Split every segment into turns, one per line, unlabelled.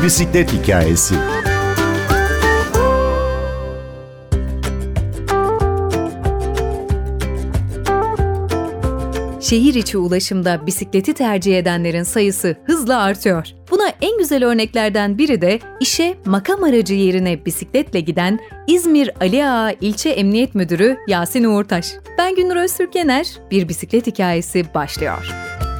Bir bisiklet hikayesi.
Şehir içi ulaşımda bisikleti tercih edenlerin sayısı hızla artıyor. Buna en güzel örneklerden biri de işe makam aracı yerine bisikletle giden İzmir Ali Ağa İlçe Emniyet Müdürü Yasin Uğurtaş. Ben Gündür Öztürk-Yener, Bir Bisiklet Hikayesi başlıyor.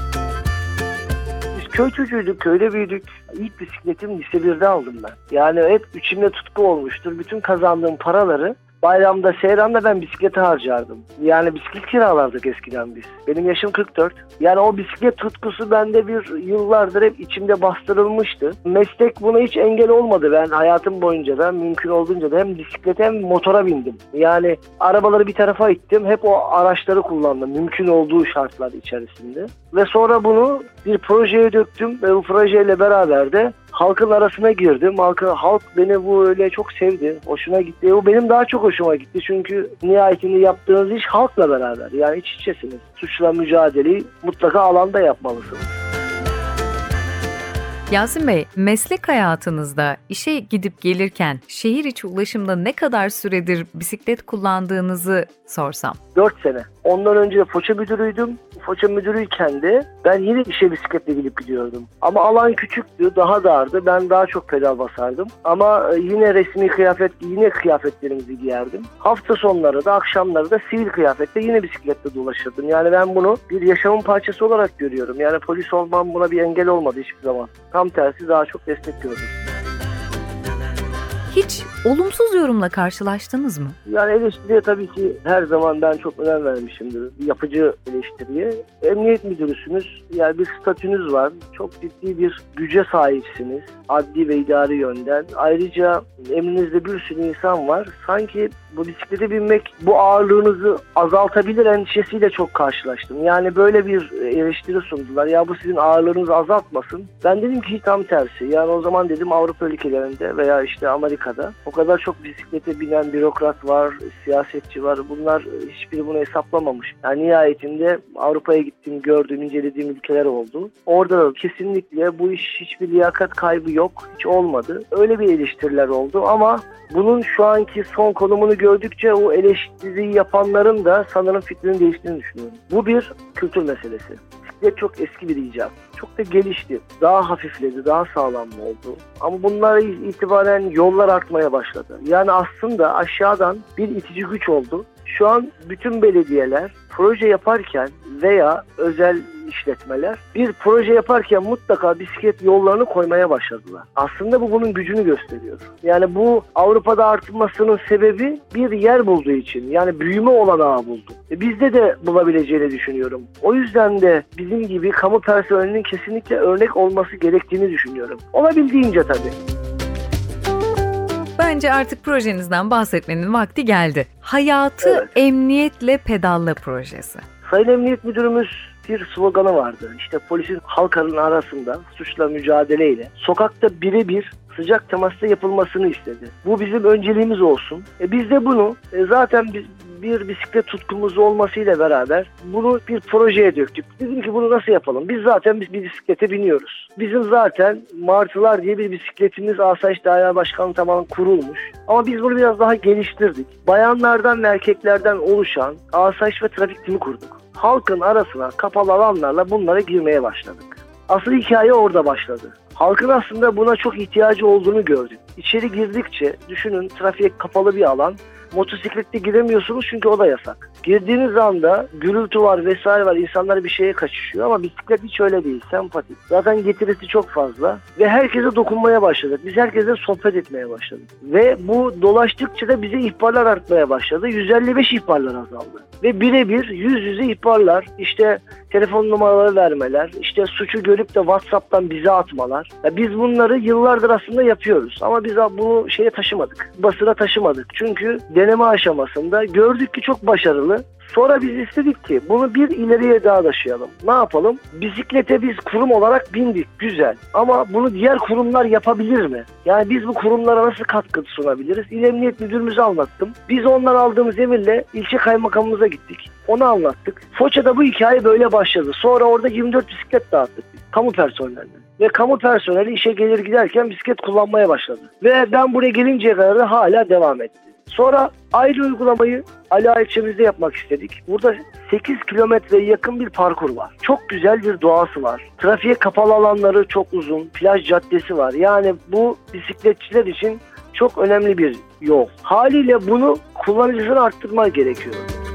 Biz köy çocuğuyduk, köyde büyüdük. İlk bisikletimi lise 1'de aldım ben. Yani hep içimde tutku olmuştur. Bütün kazandığım paraları bayramda, seyramda ben bisiklete harcardım. Yani bisiklet kiralardık eskiden biz. Benim yaşım 44. Yani o bisiklet tutkusu bende yıllardır hep içimde bastırılmıştı. Meslek buna hiç engel olmadı. Ben hayatım boyunca da mümkün olduğunca da hem bisiklete hem motora bindim. Yani arabaları bir tarafa ittim. Hep o araçları kullandım. Mümkün olduğu şartlar içerisinde. Ve sonra bunu bir projeye döktüm ve bu projeyle beraber de halkın arasına girdim. Halk beni bu öyle çok sevdi. Hoşuna gitti. Bu benim daha çok hoşuma gitti. Çünkü nihayetinde yaptığınız iş halkla beraber. Yani iç içesiniz. Suçla mücadeleyi mutlaka alanda yapmalısınız.
Yasin Bey, meslek hayatınızda işe gidip gelirken şehir içi ulaşımda ne kadar süredir bisiklet kullandığınızı sorsam?
4 sene. Ondan önce de Foça müdürüydüm. Foça müdürüyken de ben yine işe bisikletle gidip gidiyordum. Ama alan küçüktü, daha dardı. Ben daha çok pedal basardım. Ama yine resmi kıyafetlerimizi giyerdim. Hafta sonları da akşamları da sivil kıyafetle yine bisikletle dolaşırdım. Yani ben bunu bir yaşamın parçası olarak görüyorum. Yani polis olmam buna bir engel olmadı hiçbir zaman. Tam tersi daha çok destek gördüm.
Hiç olumsuz yorumla karşılaştınız mı?
Yani eleştiriye tabii ki her zaman ben çok önem vermişimdir. Yapıcı eleştiriye. Emniyet müdürüsünüz. Yani bir statünüz var. Çok ciddi bir güce sahipsiniz. Adli ve idari yönden. Ayrıca emrinizde bir sürü insan var. Sanki bu bisiklete binmek bu ağırlığınızı azaltabilir endişesiyle çok karşılaştım. Yani böyle bir eleştiri sundular. Ya bu sizin ağırlığınızı azaltmasın. Ben dedim ki tam tersi. Yani o zaman dedim Avrupa ülkelerinde veya işte Amerika'da o kadar çok bisiklete binen bürokrat var, siyasetçi var. Bunlar hiçbiri bunu hesaplamamış. Yani nihayetinde Avrupa'ya gittiğim, gördüğüm, incelediğim ülkeler oldu. Orada da kesinlikle bu iş hiçbir liyakat kaybı yok. Hiç olmadı. Öyle bir eleştiriler oldu ama bunun şu anki son konumunu gördükçe o eleştiriyi yapanların da sanırım fikrinin değiştiğini düşünüyorum. Bu bir kültür meselesi. Bisiklet çok eski bir icat. Çok da gelişti. Daha hafifledi, daha sağlam oldu. Ama bunlara itibaren yollar artmaya başladı. Yani aslında aşağıdan bir itici güç oldu. Şu an bütün belediyeler proje yaparken veya özel işletmeler bir proje yaparken mutlaka bisiklet yollarını koymaya başladılar. Aslında bu bunun gücünü gösteriyor. Yani bu Avrupa'da artmasının sebebi bir yer bulduğu için. Yani büyüme olanağı buldu. Bizde de bulabileceğini düşünüyorum. O yüzden de bizim gibi kamu personelinin kesinlikle örnek olması gerektiğini düşünüyorum. Olabildiğince tabii.
Bence artık projenizden bahsetmenin vakti geldi. Hayatı Emniyetle Pedalla projesi.
Sayın Emniyet Müdürümüz bir sloganı vardı. İşte polisin halkların arasında suçla mücadeleyle sokakta birebir sıcak temasla yapılmasını istedi. Bu bizim önceliğimiz olsun. Biz de bunu zaten bir bisiklet tutkumuz olmasıyla beraber bunu bir projeye döktük. Dedim ki bunu nasıl yapalım? Biz bir bisiklete biniyoruz. Bizim zaten Martılar diye bir bisikletimiz Asayiş Daire Başkanlığı tamamen kurulmuş. Ama biz bunu biraz daha geliştirdik. Bayanlardan ve erkeklerden oluşan asayiş ve trafik timi kurduk. Halkın arasına kapalı alanlarla bunlara girmeye başladık. Asıl hikaye orada başladı. Halkın aslında buna çok ihtiyacı olduğunu gördük. İçeri girdikçe düşünün trafiğe kapalı bir alan. Motosiklette giremiyorsunuz çünkü o da yasak. Girdiğiniz anda gürültü var vesaire var. İnsanlar bir şeye kaçışıyor ama bisiklet hiç öyle değil. Sempatik. Zaten getirisi çok fazla. Ve herkese dokunmaya başladık. Biz herkese sohbet etmeye başladık. Ve bu dolaştıkça da bize ihbarlar artmaya başladı. 155 ihbarlar azaldı. Ve birebir yüz yüze ihbarlar. İşte telefon numaraları vermeler. İşte suçu görüp de WhatsApp'tan bize atmalar. Ya biz bunları yıllardır aslında yapıyoruz. Ama biz bunu taşımadık. Basına taşımadık. Çünkü deneme aşamasında gördük ki çok başarılı. Sonra biz istedik ki bunu bir ileriye daha taşıyalım. Ne yapalım? Bisiklete biz kurum olarak bindik. Güzel. Ama bunu diğer kurumlar yapabilir mi? Yani biz bu kurumlara nasıl katkı sunabiliriz? İl Emniyet Müdürümüze anlattım. Biz ondan aldığımız emirle ilçe kaymakamımıza gittik. Onu anlattık. Foça'da bu hikaye böyle başladı. Sonra orada 24 bisiklet dağıttık biz. Kamu personeline. Ve kamu personeli işe gelir giderken bisiklet kullanmaya başladı. Ve ben buraya gelinceye kadar da hala devam etti. Sonra aynı uygulamayı Ali Ağa ilçemizde yapmak istedik. Burada 8 kilometreye yakın bir parkur var. Çok güzel bir doğası var. Trafiğe kapalı alanları çok uzun. Plaj caddesi var. Yani bu bisikletçiler için çok önemli bir yol. Haliyle bunu kullanıcısını arttırmak gerekiyor.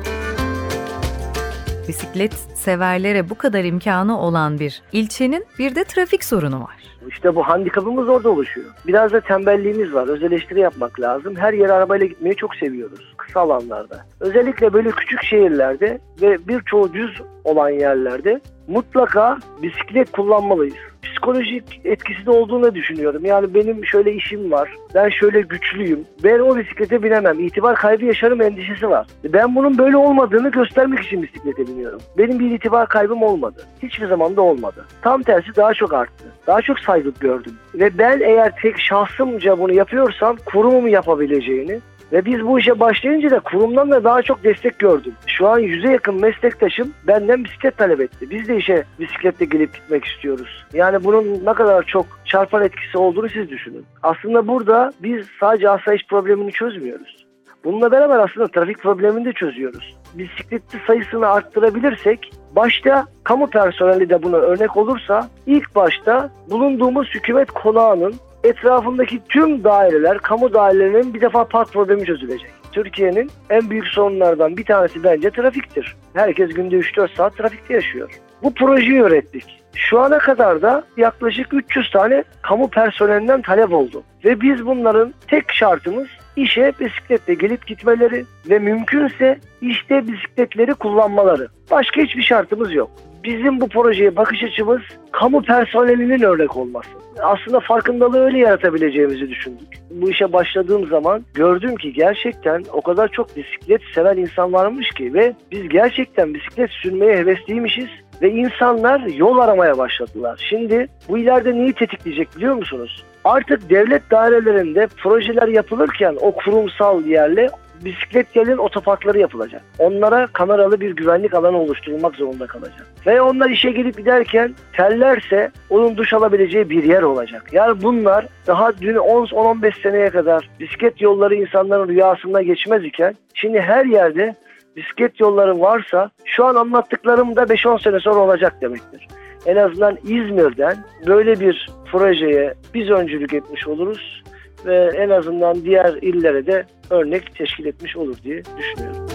Bisiklet severlere bu kadar imkanı olan bir ilçenin bir de trafik sorunu var.
İşte bu handikapımız orada oluşuyor. Biraz da tembelliğimiz var. Öz eleştiri yapmak lazım. Her yere arabayla gitmeyi çok seviyoruz. Kısa alanlarda. Özellikle böyle küçük şehirlerde ve birçoğu düz olan yerlerde mutlaka bisiklet kullanmalıyız. Psikolojik etkisi de olduğunu düşünüyorum. Yani benim şöyle işim var. Ben şöyle güçlüyüm. Ben o bisiklete binemem. İtibar kaybı yaşarım endişesi var. Ben bunun böyle olmadığını göstermek için bisiklete biniyorum. Benim bir itibar kaybım olmadı. Hiçbir zaman da olmadı. Tam tersi daha çok arttı. Daha çok saygı gördüm. Ve ben eğer tek şahsımca bunu yapıyorsam kurumumun yapabileceğini ve biz bu işe başlayınca da kurumdan da daha çok destek gördüm. Şu an 100'e yakın meslektaşım benden bisiklet talep etti. Biz de işe bisikletle gelip gitmek istiyoruz. Yani bunun ne kadar çok çarpan etkisi olduğunu siz düşünün. Aslında burada biz sadece asayiş problemini çözmüyoruz. Bununla beraber aslında trafik problemini de çözüyoruz. Bisikletli sayısını arttırabilirsek, başta kamu personeli de buna örnek olursa, ilk başta bulunduğumuz hükümet konağının etrafındaki tüm daireler, kamu dairelerinin bir defa park problemi çözülecek. Türkiye'nin en büyük sorunlardan bir tanesi bence trafiktir. Herkes günde 3-4 saat trafikte yaşıyor. Bu projeyi ürettik. Şu ana kadar da yaklaşık 300 tane kamu personelinden talep oldu. Ve biz bunların tek şartımız işe bisikletle gelip gitmeleri ve mümkünse işte bisikletleri kullanmaları. Başka hiçbir şartımız yok. Bizim bu projeye bakış açımız kamu personelinin örnek olması. Aslında farkındalığı öyle yaratabileceğimizi düşündük. Bu işe başladığım zaman gördüm ki gerçekten o kadar çok bisiklet seven insan varmış ki ve biz gerçekten bisiklet sürmeye hevesliymişiz ve insanlar yol aramaya başladılar. Şimdi bu ileride neyi tetikleyecek biliyor musunuz? Artık devlet dairelerinde projeler yapılırken o kurumsal yerle bisiklet yerlerin otoparkları yapılacak. Onlara kameralı bir güvenlik alanı oluşturulmak zorunda kalacak. Ve onlar işe gelip giderken terlerse onun duş alabileceği bir yer olacak. Yani bunlar daha dün 10-15 seneye kadar bisiklet yolları insanların rüyasında geçmez iken şimdi her yerde bisiklet yolları varsa şu an anlattıklarım da 5-10 sene sonra olacak demektir. En azından İzmir'den böyle bir projeye biz öncülük etmiş oluruz ve en azından diğer illere de örnek teşkil etmiş olur diye düşünüyorum.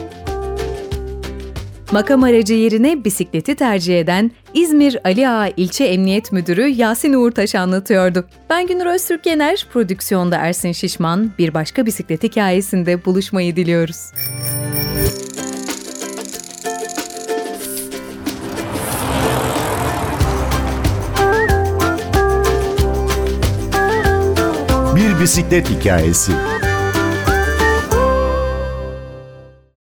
Makam aracı yerine bisikleti tercih eden İzmir Ali Ağa İlçe Emniyet Müdürü Yasin Uğurtaş anlatıyordu. Ben Gündür Öztürk Yener, prodüksiyonda Ersin Şişman, bir başka bisiklet hikayesinde buluşmayı diliyoruz.
Bir bisiklet hikayesi.